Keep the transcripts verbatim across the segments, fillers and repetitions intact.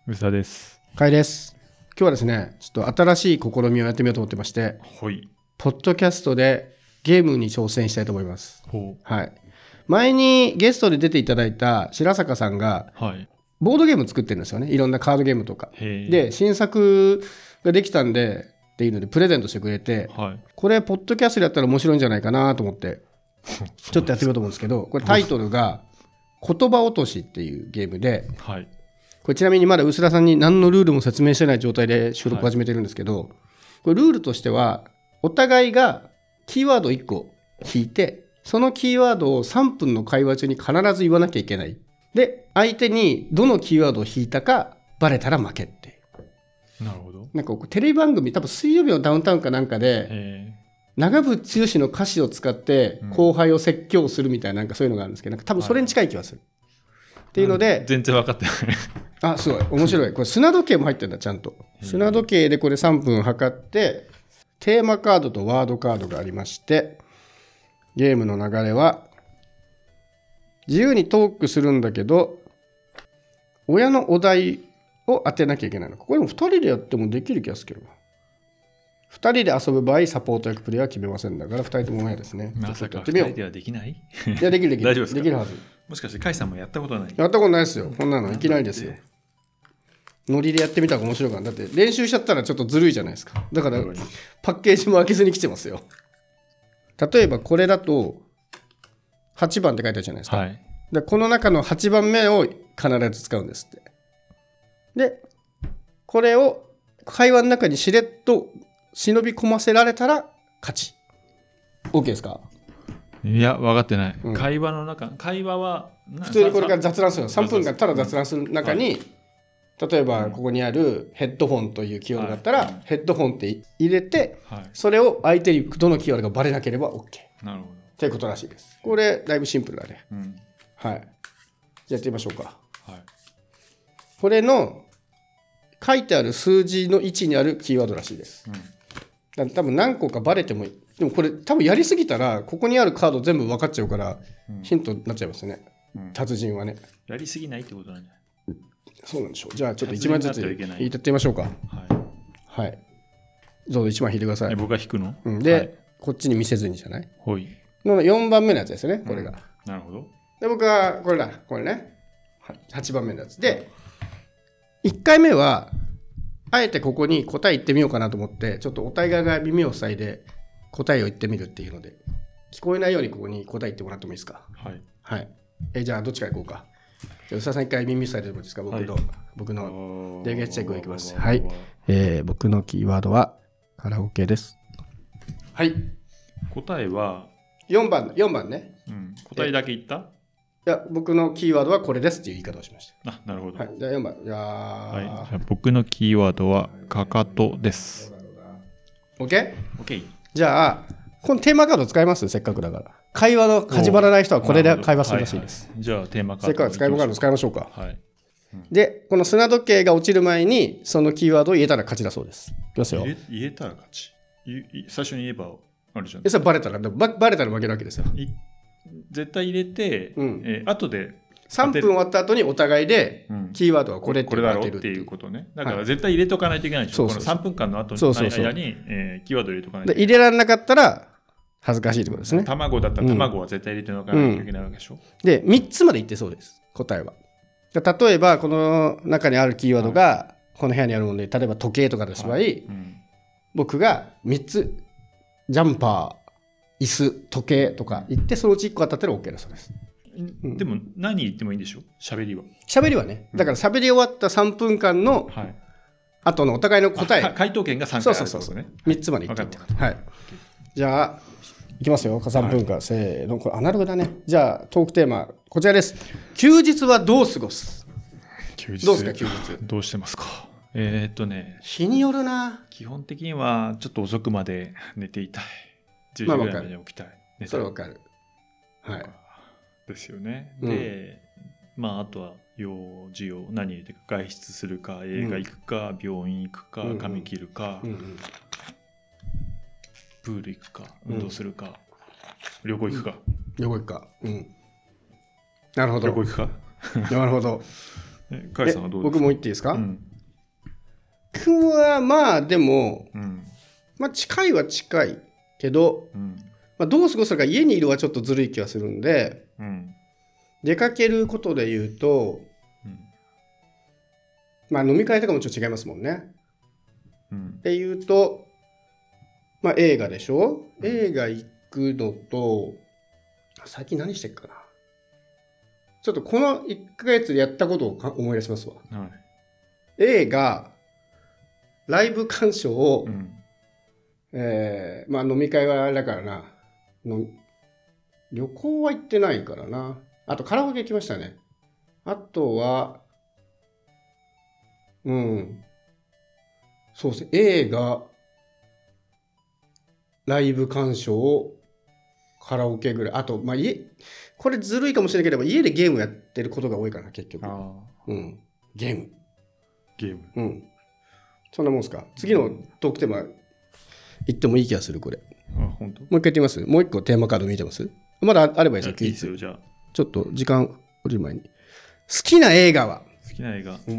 宇佐です。 かいです。今日はですね、ちょっと新しい試みをやってみようと思ってまして、 はい。 ポッドキャストでゲームに挑戦したいと思います。 ほう。 はい。前にゲストで出ていただいた白坂さんが、 はい。 ボードゲーム作ってるんですよね。いろんなカードゲームとか。 へー。 で、新作ができたんで、っていうのでプレゼントしてくれて、 はい。 これポッドキャストでやったら面白いんじゃないかなと思って、ちょっとやってみようと思うんですけど、これタイトルが言葉落としっていうゲームで、 はい。 これちなみにまだ薄田さんに何のルールも説明してない状態で収録を始めてるんですけど、はい、これルールとしてはお互いがキーワードいっこ引いて、そのキーワードをさんぷんの会話中に必ず言わなきゃいけない。で、相手にどのキーワードを引いたかバレたら負けっていう。 なるほど。 なんかテレビ番組、多分水曜日のダウンタウンかなんかで長渕剛の歌詞を使って後輩を説教するみたいな、なんかそういうのがあるんですけど、なんか多分それに近い気がする、はい、っていうので全然分かってないあ、すごい面白い。これ砂時計も入ってるんだ、ちゃんと。砂時計でこれさんぷん測って、テーマカードとワードカードがありまして、ゲームの流れは自由にトークするんだけど、親のお題を当てなきゃいけないの。これもふたりでやってもできる気がするけど、ふたりで遊ぶ場合サポート役プレイは決めませんだから、ふたりとも親ですね。 まさかふたりではできない？ いや、できるできる。 大丈夫ですか？ できるはず。 もしかして甲斐さんもやったことない？ やったことないですよ。こんなのいきなりですよ。ノリでやってみたら面白いかな。だって練習しちゃったらちょっとずるいじゃないですか。だからパッケージも開けずに来てますよ。例えばこれだとはちばんって書いてあるじゃないですか、はい、でこの中のはちばんめを必ず使うんですって。でこれを会話の中にしれっと忍び込ませられたら勝ち。 OK ですか？ いや分かってない、 うん、 会話の中、会話は普通にこれから雑談するの。さんぷんかんただ雑談する中に、はい、例えばここにあるヘッドホンというキーワードだったら、はい、ヘッドホンって入れて、はい、それを相手にどのキーワードがバレなければ OK。 なるほどということらしいです。これだいぶシンプルだね、うん、はい。じゃあやってみましょうか、はい、これの書いてある数字の位置にあるキーワードらしいです、うん、だから多分何個かバレてもいい。でもこれ多分やりすぎたらここにあるカード全部分かっちゃうから、うん、ヒントになっちゃいますね、うん、達人はね。 やりすぎないってことなんじゃない？ そうなんでしょう。じゃあちょっといちまいずつ引いていってみましょうか。はい、はい、どうぞいちまい引いてください。 僕が引くの、 うん、で、はい、こっちに見せずにじゃない？はい。のよんばんめのやつですね、これが、うん、 なるほど。 で僕はこれだ、これね、はちばんめのやつで、いっかいめはあえてここに答え言ってみようかなと思って、ちょっとお互いが耳を塞いで答えを言ってみるっていうので、聞こえないようにここに答え言ってもらってもいいですか？はい、はい。えじゃあどっちから行こうか。じゃあ宇佐さん一回耳塞いでもいいですか？僕の、はい、僕の電源チェックをいきます。はい、えー、僕のキーワードはカラオケです。はい。 答えはよんばん、よんばんね、 うん、答えだけ言った？いや僕のキーワードはこれですっていう言い方をしました。 あ、なるほど、 はい、じゃあよんばん。いや、 はい、じゃあ僕のキーワードはかかとです。 OK？ OK。 じゃあこのテーマカード使います？せっかくだから会話の始まらない人はこれで会話するらしいです、 はいはい、じゃあテーマカードせっかくテーマカード使いましょうか、 はい。うん、 でこの砂時計が落ちる前にそのキーワードを言えたら勝ちだそうです。いきますよ。 言えたら勝ち。最初に言えばあるじゃん。 それバレたらババレたら負けるわけですよ。 絶対入れて、うんえー、後でさんぷん終わった後にお互いでキーワードはこれって当てる、うん、これだろうっていうことね。だから絶対入れとかないといけないでしょ、はい、このさんぷんかんの後の間に、えー、キーワード入れとかないといけない。 で入れられなかったら恥ずかしいってことですね。 卵だったら卵は絶対入れておかないといけないわけでしょ、うんうん、 でみっつまで言ってそうです、答えは。例えばこの中にあるキーワードがこの部屋にあるもので、例えば時計とかの場合、はいうん、僕がみっつジャンパー、椅子、時計とか言ってそのうちいっこ当たったら OK だそうです。 うん、でも何言ってもいいんでしょ？喋りは。 喋りはね。だから喋り終わったさんぷんかんの後のお互いの答え。 回答権がさんかいあるってことね。そうそうそう。 みっつまで言ってってこと。はい。じゃあいきますよ。さんぷんかん、はい、せーの。これアナログだね。じゃあトークテーマこちらです。休日はどう過ごす？ 休日どうですか休日？ どうしてますか？えー、っとね。 日によるな。 基本的にはちょっと遅くまで寝ていたい。じゅうじぐらいまで起きたい。まあ、 それわかる。はい。 ですよね。で、うん、まああとは用事を何入れてか外出するか映画行くか、うん、病院行くか髪切るか、うんうん、プール行くか運動するか、うん、旅行行くか、 旅行行くか、うん、なるほど旅行行くかなるほどえカイさんはどうですか？ 僕も言っていいですか？ うん、 僕はまあでも、 うんまあ、近いは近いけど、 うんまあ、どう過ごすか家にいるはちょっとずるい気がするんで、 うん出かけることで言うと、 うんまあ飲み会とかもちょっと違いますもんね。 うんっていうと、まあ映画でしょ。映画行くのと、最近何してっかな。ちょっとこのいっかげつでやったことをか思い出しますわ。 はい映画、ライブ鑑賞を、 うんえーまあ飲み会はあれだからな。の旅行は行ってないからな。あとカラオケ行きましたね。あとは、うん。そうですね。映画、ライブ鑑賞、カラオケぐらい。あと、まあ家、これずるいかもしれないけど、家でゲームやってることが多いかな、結局。 あうん。ゲーム。 ゲームうん。そんなもんすか。次のトークテーマ、言ってもいい気がする、これ。 あ本当もう一回言ってみます？もう一個テーマカード見てます？まだあればいいですよ、 いいですよじゃあちょっと時間降りる前に。好きな映画は？ 好きな映画、 うん。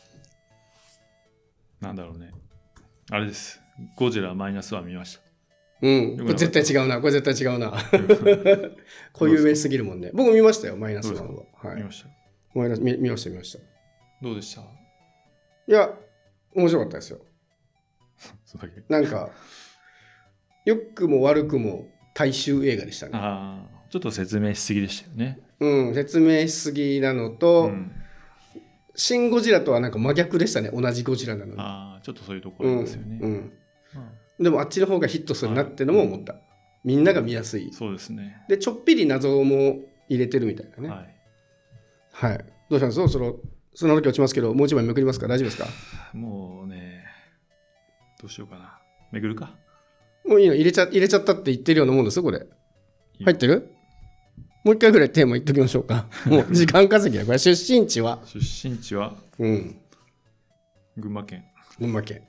なんだろうねあれですゴジラマイナスワン見ましたうん。これ絶対違うな。これ絶対違うな。こういう上すぎるもんね。僕見ましたよ、マイナスワンは。はい。 見ましたマイナス見見ました見ました。いどうでしたや、面白かったですよ。 それだけなんか、良くも悪くも大衆映画でしたね。 ああちょっと説明しすぎでしたよねうん、説明しすぎなのと、 うんシン・ゴジラとはなんか真逆でしたね、同じゴジラなのに。 ああちょっとそういうとこうんろですよね、 うんまでもあっちの方がヒットするなってのも思った。みんなが見やすいあ。そうですねで、ちょっぴり謎も入れてるみたいなね。 はいはい。どうしたんですか？そろそろ、その時落ちますけど、もう一枚めくりますか？大丈夫ですか？ もうねどうしようかなめぐるかもういいの入れちゃ、入れちゃったって言ってるようなもんですよ、これ。入ってる？もう一回ぐらいテーマ言っときましょうか。もう時間稼ぎだ。これ出身地は？ 出身地はうん。 群馬県群馬県。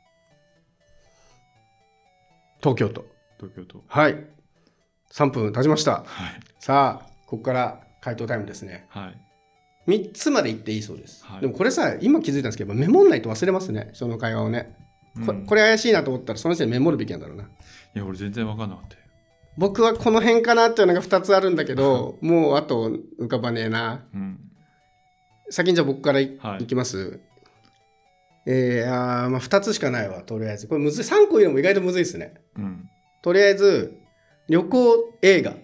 東京都。 東京都はい。さんぷん経ちました。 はいさあ、ここから回答タイムですね。 はいみっつまで言っていいそうです。 はい、 でもこれさ、今気づいたんですけど、メモんないと忘れますね、人の会話をね。これ、 うん、 これ怪しいなと思ったら、その時点でメモるべきなんだろうな。 いや俺全然分かんなかったよ僕はこの辺かなっていうのがふたつあるんだけど、もうあと浮かばねえな。 うん先にじゃあ僕からい、 はいいきます。えー、あーまあふたつしかないわ、とりあえず。これむずい。さんこ言うのも意外とむずいですね。 うんとりあえず、旅行映画。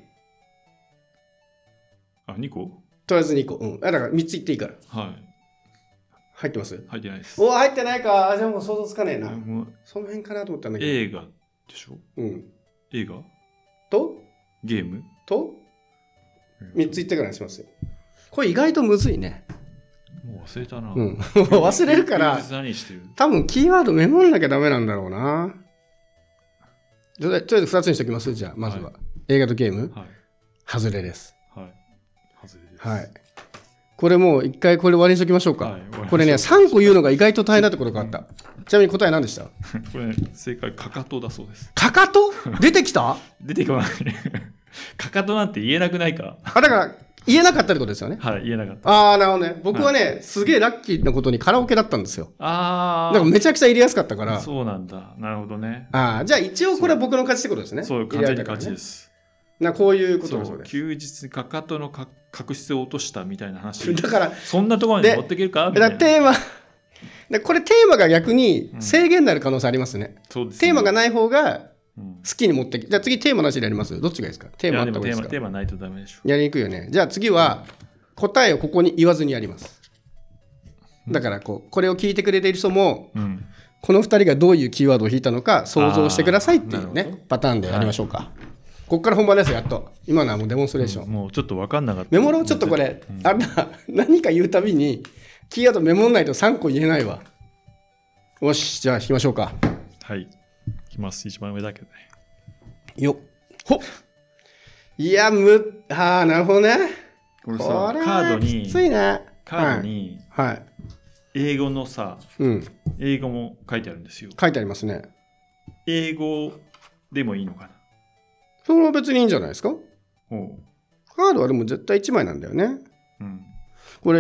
あにことりあえずにこ。うん。あだからみっつ言っていいから。 はい入ってます入ってないですお入ってないか。あじゃあもう想像つかねえな。 もうその辺かなと思ったんだけど。 映画でしょうん。 映画とゲームとみっつ言ってからにしますよ。これ意外とむずいね。 もう忘れたな。 うん。忘れるから休日何してる？ 多分キーワードメモんなきゃダメなんだろうな。とりあえずふたつにしておきます。じゃあまずは、 はい映画とゲーム、 はい外れです。 はい外れです。 はい。これもう一回これ終わりにしときましょうか。 はい、 これねさんこ言うのが意外と大変なところがあった。ちなみに答え何でした？ これ、ね、正解かかとだそうです。 かかと出てきた？ 出てこない。かかとなんて言えなくないか？ あだから言えなかったってことですよね。 はい言えなかった。 ああなるほどね。僕はね、はい、すげえラッキーなことにカラオケだったんですよ。 ああ。 だからめちゃくちゃ入れやすかったから。 そうなんだ。なるほどね。 ああじゃあ一応これは僕の勝ちってことですね。 そう、完全に勝ちです。 なこういうことだそうです。 休日にかかとのか角質を落としたみたいな話。 だからそんなところに持っていけるかみたいな。 だテーマでこれテーマが逆に制限になる可能性ありますね。 うん、そうですね。 テーマがない方が好きに持ってき、じゃあ次テーマなしでやります？どっちがいいですか？テーマあった方がいいですか？ テーマないとダメでしょ。 やりにくいよね。じゃあ次は答えをここに言わずにやります。だからこうこれを聞いてくれている人も、うん、このふたりがどういうキーワードを引いたのか想像してくださいっていうねパターンでやりましょうか。はい、ここから本番ですよやっと。今のはもうデモンストレーション。 うん、もうちょっと分かんなかった。 メモろちょっとこれ、うん、あんた何か言うたびにキーワードメモんないとさんこ言えないわ。よしじゃあ引きましょうか。 はい引きます。一番上だけどね。 よっほっいやむああなるほどね。 これさこれカードにきついね。 カードに、 はいはい、 英語のさ、うん、英語も書いてあるんですよ。 書いてありますね。 英語でもいいのかな。 それは別にいいんじゃないですか。 おうカードはでも絶対いちまいなんだよね。 うん、 これ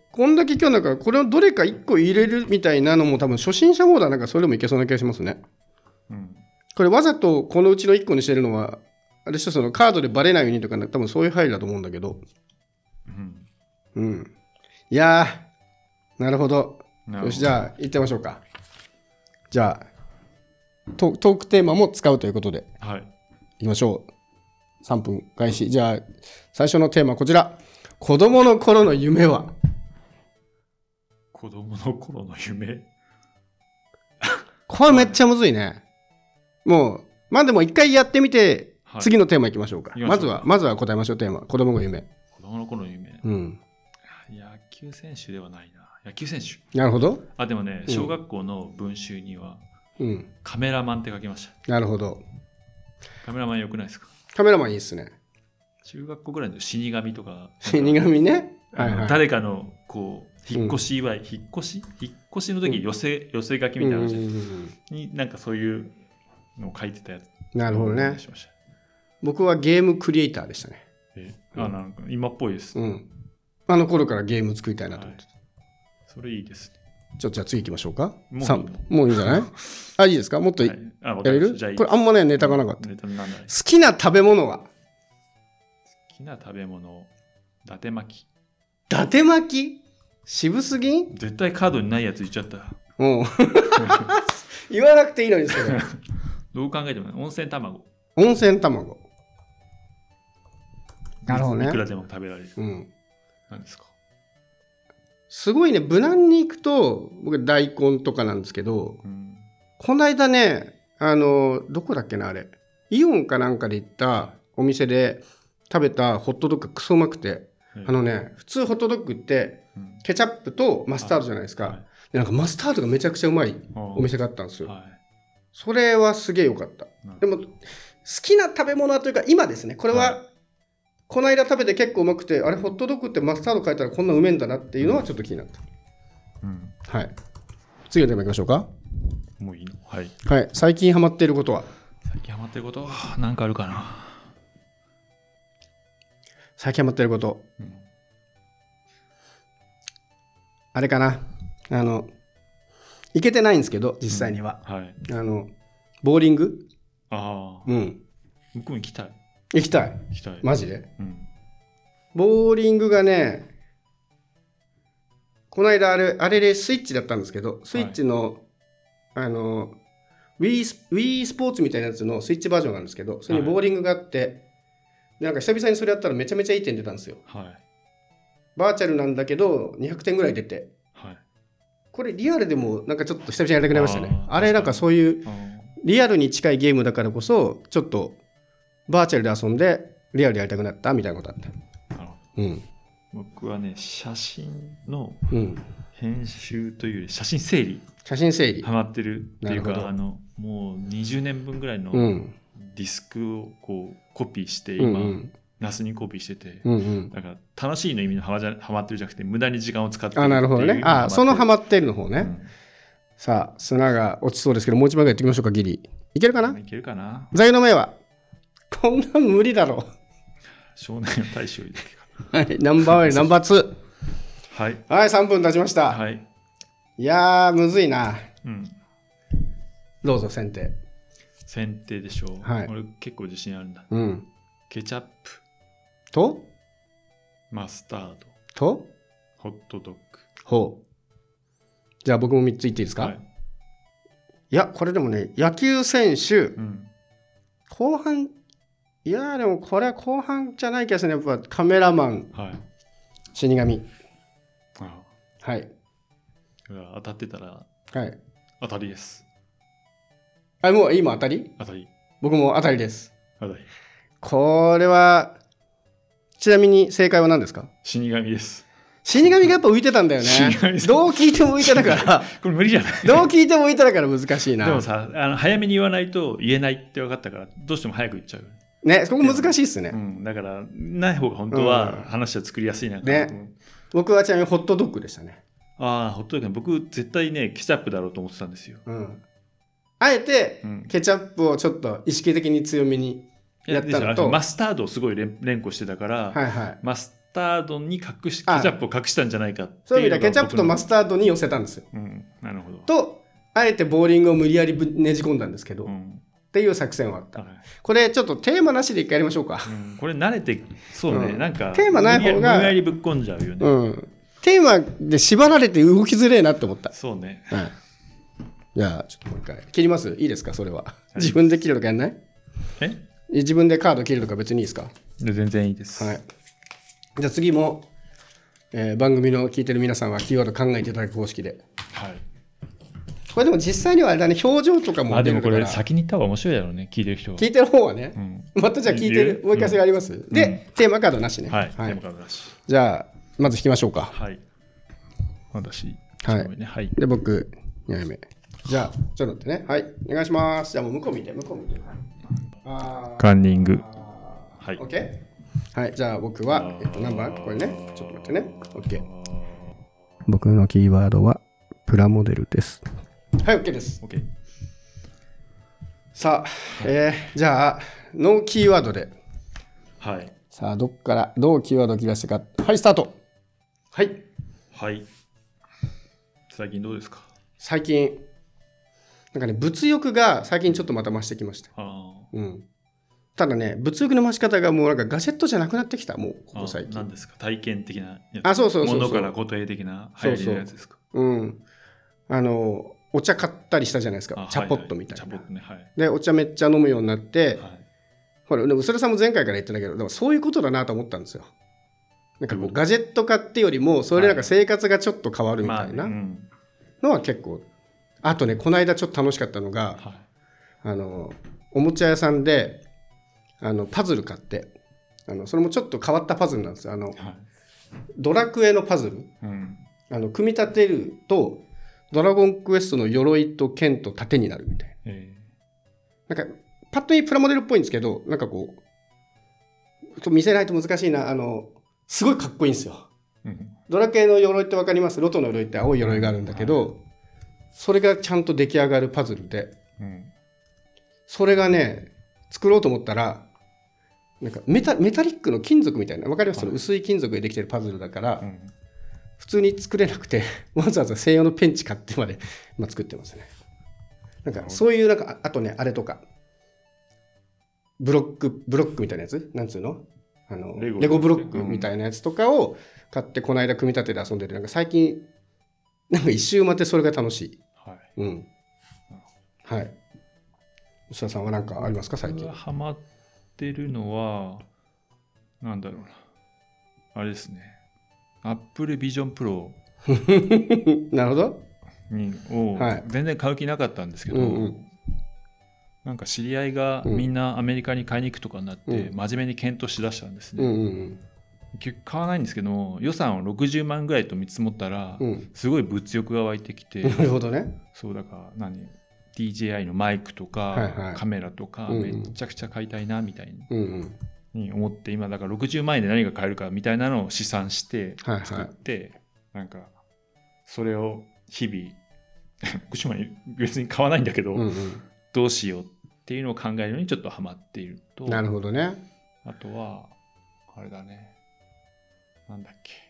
こんだけ今日なんかこれをどれかいっこ入れるみたいなのも多分初心者モードはなんかそれでもいけそうな気がしますね。 うん、これわざとこのうちのいっこにしてるのはあれしそのカードでバレないようにとか、ね、多分そういう配慮だと思うんだけど、うんうん、いやーなるほど。よしじゃあ行ってみましょうか。じゃあ ト, トークテーマも使うということで、 はい、 行きましょう。さんぷん開始。じゃあ最初のテーマこちら。子供の頃の夢は？ 子供の頃の夢これめっちゃむずいね。もうまあでも一回やってみて、はい、次のテーマいきましょうか。まずはまずは答えましょう。テーマ子供の夢。 子供の頃の夢、 うん、 野球選手ではないな。野球選手。 なるほど。 あでもね、小学校の文集には、 うん、 カメラマンって書きました。 なるほど。 カメラマン良くないですか？ カメラマンいいっすね。 中学校ぐらいの死神とか、 死神ね、 はいはい、誰かのこう引っ越し祝い、うん、引っ越し引っ越しの時寄せ、うん、寄せ書きみたいなのになんかそういうのを書いてたやつ。 なるほどね。僕はゲームクリエイターでしたね。 えあなんか今っぽいです、 うん、あの頃からゲーム作りたいなと思ってた、はい、 それいいですね。 ちょっとじゃあ次行きましょうか。 もういいの？ もういいんじゃないあいいですか？もっと、はい、やれる？これあんまねネタがなかった。 ネタにならない。 好きな食べ物は？ 好きな食べ物伊達巻き。 伊達巻き渋すぎん？ 絶対カードにないやつ言っちゃった。 うん言わなくていいのにそれどう考えても温泉卵。 温泉卵。なるほどね。 いくらでも食べられる。 うん。 何ですか？ すごいね、無難に行くと僕大根とかなんですけど、うん、この間ねあのどこだっけなあれイオンかなんかで行ったお店で食べたホットドッグがクソうまくて、うん、あのね普通ホットドッグってケチャップとマスタードじゃないですか、はい、でなんかマスタードがめちゃくちゃうまいお店があったんですよ、はい、それはすげえ良かった。でも好きな食べ物はというか今ですねこれは、はいこの間食べて結構うまくて、あれホットドッグってマスタード変えたらこんなうめえんだなっていうのはちょっと気になった。うん、はい。次のテーマいきましょうか。 もういいの？はい。 はい。最近ハマっていることは？ 最近ハマっていることなんかあるかな。 最近ハマっていること。うん、あれかな。あの行けてないんですけど実際には。うん、はい。あのボーリング。 ああ。うん。僕も行きたい。 行きたい。 行きたい。 マジで、うん、ボーリングがねこの間あれあれでスイッチだったんですけどスイッチの、はい、あの Wii, Wii スポーツみたいなやつのスイッチバージョンなんですけどそれにボーリングがあって、はい、なんか久々にそれやったらめちゃめちゃいい点出たんですよ、はい、バーチャルなんだけどにひゃくてんぐらい出て、はい、これリアルでもなんかちょっと久々にやりたくなりましたね。 あ, あれなんかそういうリアルに近いゲームだからこそちょっとバーチャルで遊んでリアルでやりたくなったみたいなことあった。なるほど、うん、 僕はね写真の編集というより写真整理写真整理ハマってるっていうかあのもうにじゅうねんぶんぐらいのディスクをこうコピーして今、うんうん、ナスにコピーしてて、うんうん、だから楽しいの意味のハマじゃハマってるじゃなくて無駄に時間を使ってるっていう。 あなるほどね。あそのハマってるの方ね、うん、さあ砂が落ちそうですけどもう一枚ぐらいやっていきましょうか。ギリいけるかな。 いけるかな。 座右の銘はこんなん無理だろう。 少年大将だけか。はい、ナンバーワン、ナンバーツー。 はい。 はい、さんぷん経ちました。 はい。 いやー、むずいな。 うん。 どうぞ、選定。 選定でしょう。はい。俺結構自信あるんだ。 うん。 ケチャップ。 とマスタード。 とホットドッグ。 ほう。じゃあ僕もみっつ言っていいですか。はい。いや、これでもね、野球選手。うん。後半いやでもこれは後半じゃない気がするね。やっぱカメラマン、はい、死神ああはい当たってたらはい当たりです。 あもう今当たり当たり僕も当たりです。 当たり。 これはちなみに正解は何ですか。 死神です。 死神がやっぱ浮いてたんだよね。どう聞いても浮いてたからこれ無理じゃない。 どう聞いても浮いてたから難しいな。 でもさあの早めに言わないと言えないって分かったからどうしても早く言っちゃうね。そこ難しいっすね、 うん、だからない方が本当は話は作りやすいな、うん、 ね。僕はちなみにホットドッグでしたね。 ああホットドッグ僕絶対ねケチャップだろうと思ってたんですよ、 うん、あえてケチャップをちょっと意識的に強めにやったのと、 マスタードをすごい連呼してたから、 はいはい、 マスタードに隠しケチャップを隠したんじゃないかっていう。 そういう意味ではケチャップとマスタードに寄せたんですよ、 うん、なるほど。 とあえてボーリングを無理やりねじ込んだんですけど、うん、っていう作戦はあった、はい、これちょっとテーマなしで一回やりましょうか、 うん、これ慣れてそうね、うん、なんかテーマない方が無理やりぶっこんじゃうよね、 うん、テーマで縛られて動きづれえなって思った。 そうね、 はい、じゃあちょっともう一回切ります。いいですかそれは、はい、自分で切るとかやんない？ え自分でカード切るとか別にいいですか？ 全然いいです、 はい、じゃあ次も、えー、番組の聞いてる皆さんはキーワード考えていただく方式で、はい、これでも実際にはあれだね、表情とかも出るから。 あ、でもこれ先に言った方が面白いだろうね、聞いてる人は。 聞いてる方はね、うん、またじゃあ聞いてるもう一回それあります、うん、で、うん、テーマカードなしね、 はい、はい、テーマカードなし。 じゃあまず引きましょうか。 はい、私、 はい、ね、はい、で僕にまいめ。じゃあちょっと待ってね、はい、お願いします。じゃあもう向こう見て向こう見て、 あカンニング、 はい、 OK。 はい、じゃあ僕は、えっと、何番これね、ちょっと待ってね、 OK。 僕のキーワードはプラモデルです。はい、 OK です、 OK。 さあ、えー、じゃあノーキーワードで、 はい、 さあどっからどうキーワードを切らせてか。はい、スタート。はいはい。最近どうですか？ 最近なんかね、物欲が最近ちょっとまた増してきました。 あ、 うん、ただね、物欲の増し方がもうなんかガジェットじゃなくなってきた。もうここ最近。 何ですか？体験的なやつ。 あ、そうそうそうそう。 物から固定的な流行りのやつですか？ そうそう、うん。あのお茶買ったりしたじゃないですか。茶ポットみたいな。 はいはい、茶ポットね、はい。 でお茶めっちゃ飲むようになって、はい、ほら、うすらさんも前回から言ってたけど、でもそういうことだなと思ったんですよ。なんかこうガジェット化ってよりもそれなんか生活がちょっと変わるみたいなのは結構。あとね、この間ちょっと楽しかったのが、はい、あのおもちゃ屋さんであのパズル買って、あのそれもちょっと変わったパズルなんですよ。あの、はい、ドラクエのパズル、うん、あの組み立てるとドラゴンクエストの鎧と剣と盾になるみたいな、えー、なんかパッと見プラモデルっぽいんですけど、なんかこう見せないと難しいな、あのすごいかっこいいんですよ、うん、ドラクエの鎧って分かります？ロトの鎧って青い鎧があるんだけど、はい、それがちゃんと出来上がるパズルで、うん、それがね作ろうと思ったらなんか メタ、メタリックの金属みたいな、分かります？はい、その薄い金属でできてるパズルだから、うん、普通に作れなくてわざわざ専用のペンチ買ってまで、まあ、作ってますね。なんかそういうなんか、あとねあれとかブロックブロックみたいなやつ、なんつうの、あのレゴ、レゴブロックみたいなやつとかを買ってこの間組み立てて遊んでて、なんか最近なんか一周回ってそれが楽しい。はい、うん、はい。吉田さんは何かありますか最近？ 僕がハマってるのはなんだろうな、あれですね、Apple Vision Pro なるほどにを全然買う気なかったんですけど、うんうん、なんか知り合いがみんなアメリカに買いに行くとかになって真面目に検討しだしたんですね、うんうんうん、結局買わないんですけど、予算をろくじゅうまんぐらいと見積もったら、うん、すごい物欲が湧いてきて、 なるほどね。 そうだから何 ディージェーアイ のマイクとか、はいはい、カメラとか、うんうん、めちゃくちゃ買いたいなみたいに、うんうん、に思って、今だからろくじゅうまんえんで何が買えるかみたいなのを試算して作って、はいはい、なんかそれを日々ろくじゅうまんえん別に買わないんだけど、うんうん、どうしようっていうのを考えるのにちょっとハマっていると。 なるほどね。 あとはあれだね、なんだっけ、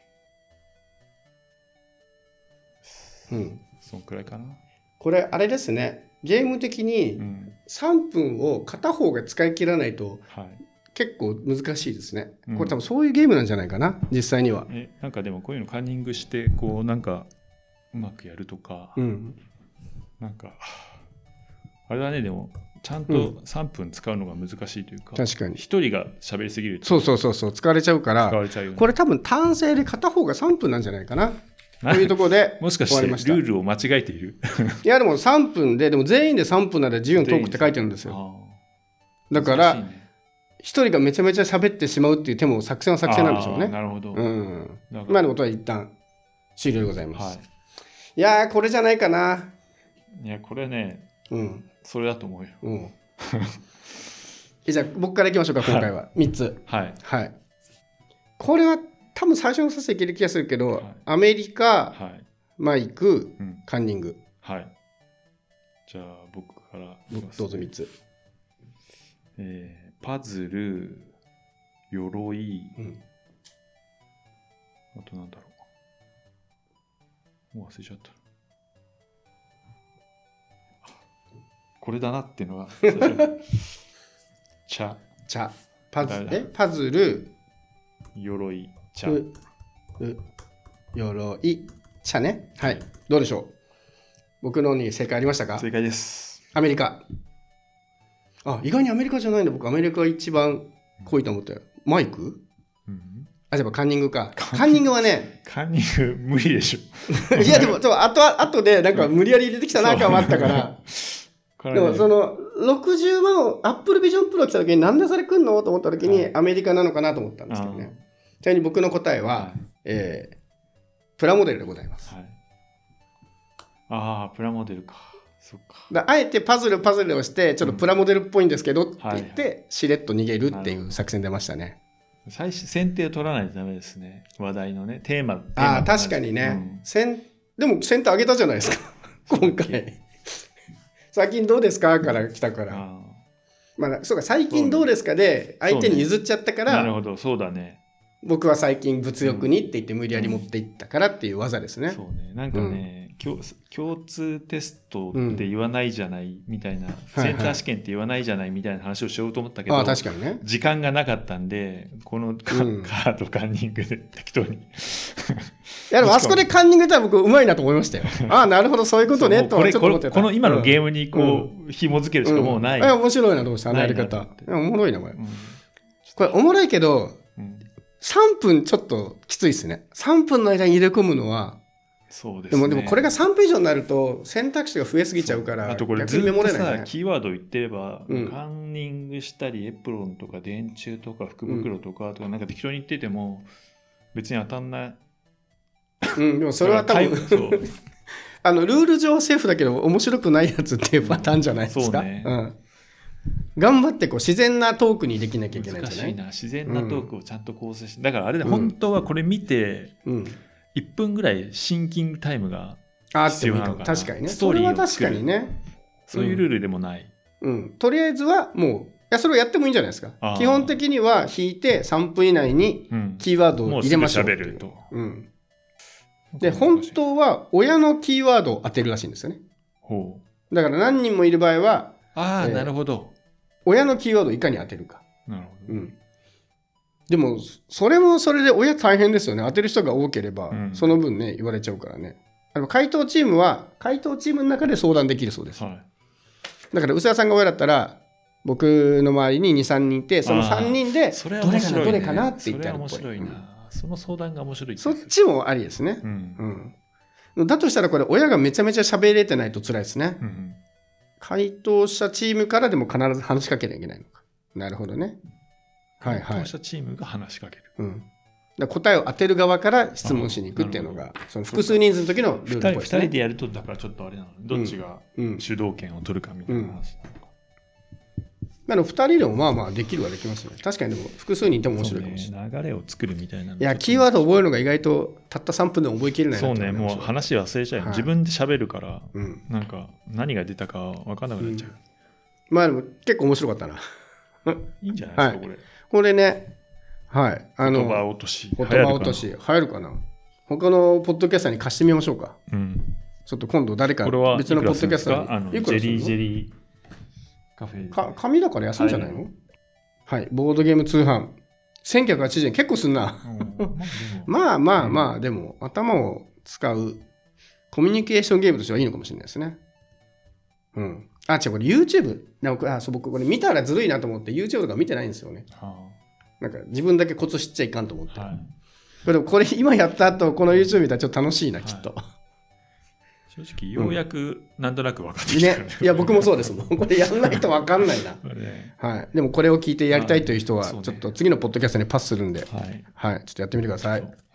うん、そんくらいかな。 これあれですね、ゲーム的にさんぷんを片方が使い切らないと結構難しいですね、うん、これ多分そういうゲームなんじゃないかな実際には。 えなんかでもこういうのカンニングしてこうなんかうまくやるとか、うん、なんかあれだね、でもちゃんとさんぷん使うのが難しいというか、うん、確かにひとりが喋りすぎるとそうそうそうそう疲れちゃうから、使われちゃうよね、これ多分単性で片方がさんぷんなんじゃないかなというところでもしかしてルールを間違えているいやでもさんぷんで、でも全員でさんぷんなら自由にトークって書いてるんですよ。だからひとりがめちゃめちゃ喋ってしまうっていう手も作戦は作戦なんでしょうね。 なるほど、 うん、今のことは一旦終了でございます、はい、いやーこれじゃないかな。 いやこれね、うん、それだと思うよ、うん、 じゃあ僕からいきましょうか今回は、はい、みっつ、はいはい、これは多分最初のさせいける気がするけど、はい、アメリカ、はい、マイク、うん、カンニング、 はい、じゃあ僕から、 ね、どうぞみっつ、 えー、パズル、鎧、うん、 あとなんだろう。もう忘れちゃった。これだなっていうのが。茶。 茶。パズル。えパズル。 鎧。茶。 う。う。鎧。茶ね。はい。どうでしょう。僕のに正解ありましたか？ 正解です。 アメリカ。あ、意外にアメリカじゃないんだ。僕アメリカが一番濃いと思ったよ。マイク？うん、あ、じゃあカンニングか。カンニングはね。 カンニング無理でしょ。いやでも、でもあと、あとでなんか無理やり入れてきたな感もあったから。でもそのろくじゅうまんを Apple Vision Pro 来た時になんでそれ来んのと思った時にアメリカなのかなと思ったんですけどね。ちなみに僕の答えは、はい、えー、プラモデルでございます。はい、 ああ、プラモデルか。そっか。 だあえてパズルパズルをしてちょっとプラモデルっぽいんですけどって言って、うんはいはい、しれっと逃げるっていう作戦出ましたね。 最初先手を取らないとダメですね。話題のねテーマ。テーマああ確かにね。うん、先でも先手上げたじゃないですか今回。最近どうですかから来たから。あまあそうか最近どうですかで相手に譲っちゃったから。 ね、なるほどそうだね。 僕は最近物欲にって言って無理やり持っていったからっていう技ですね。 うん、そうね。なんかね、うん、共, 共通テストって言わないじゃないみたいな、うん、センター試験って言わないじゃないみたいな話をしようと思ったけど、 あ確かにね、 時間がなかったんでこのカ,、うん、カードカンニングで適当に。いやでもあそこでカンニングしたら僕うまいなと思いましたよ。ああなるほどそういうことねとはちょっと思ってた。 この今のゲームにこう、うん、紐付けるしかもうない。 うん、いや面白いなと思ってあのやり方。おもろいなこれ。うん、これおもろいけど。うんさんぷんちょっときついですね。さんぷんの間に入れ込むのは。 そうですね。 でも、でもこれがさんぷん以上になると選択肢が増えすぎちゃうから、 あとこれずっとさ、キーワード言ってれば、うん、カンニングしたりエプロンとか電柱とか福袋とか、うん、とかなんか適当に言ってても別に当たんない。 うん、でもそれは多分あのルール上セーフだけど面白くないやつっていうパターンじゃないですか。そうね。うん頑張ってこう自然なトークにできなきゃいけないんじゃない？ 難しいな自然なトークをちゃんと構成して、うん、だからあれで、ね、本当はこれ見ていっぷんぐらいシンキングタイムが必要なのかな。 確かにねストーリーを作る。それは確かにねそういうルールでもない、 うんうん、とりあえずはもういやそれをやってもいいんじゃないですか。基本的には引いてさんぷん以内にキーワードを入れましょう、うん、もうすぐ喋ると、うん、で本当は親のキーワードを当てるらしいんですよね。ほうだから何人もいる場合はああ、えー、なるほど親のキーワードをいかに当てるか。なるほど、うん、でもそれもそれで親大変ですよね。当てる人が多ければ、うん、その分ね言われちゃうからね。あの回答チームは回答チームの中で相談できるそうです、はい、だから宇佐谷さんが親だったら僕の周りに にさんにんいてそのさんにんでどれかなどれかなって言ってあるっぽい。 それは面白いな、うん、その相談が面白い。 そっちもありですね、うんうん、だとしたらこれ親がめちゃめちゃ喋れてないと辛いですね、うん、回答者チームからでも必ず話しかけなきゃいけないのか。なるほどね。はいはい。 回答者チームが話しかける。 うん。だ答えを当てる側から質問しに行くっていうのが、その複数人数の時のルールっぽいですね。 ふたりでやるとだからちょっとあれなの。どっちが主導権を取るかみたいな話なのか。 なのふたりでもまあまあできるはできますね。確かにでも複数人いても面白いかもしれない。 ね、流れを作るみたいな。いやキーワード覚えるのが意外とたったさんぷんで覚えきれないな。 そうね。もう話忘れちゃう、はい。自分で喋るから、うん、なんか何が出たか分かんなくなっちゃう。うんまあでも結構面白かったな。 いいんじゃないですか、はい、これ。 これね、はい。 あの言葉落とし。 言葉落とし。流行るかな。他のポッドキャスターに貸してみましょうか。うん。ちょっと今度誰か別のポッドキャスターに。 あのジェリージェリーカフェ。 か紙だから安いんじゃないの？はい。ボードゲーム通販。せんきゅうひゃくはちじゅうえん結構すんな。まあまあまあ、でも頭を使うコミュニケーションゲームとしてはいいのかもしれないですね。うん。あ、違う、これ YouTube。なんかあそう僕これ見たらずるいなと思って YouTube とか見てないんですよね。はあ、なんか自分だけコツ知っちゃいかんと思って。はい、これこれ今やった後この YouTube 見たらちょっと楽しいな、きっと。はい、 正直ようやくなんとなく分かってきた、 ね。いや僕もそうですもん。これやんないと分かんないな。ね、はい。でもこれを聞いてやりたいという人はちょっと次のポッドキャストにパスするんで、はい、はい、ちょっとやってみてください。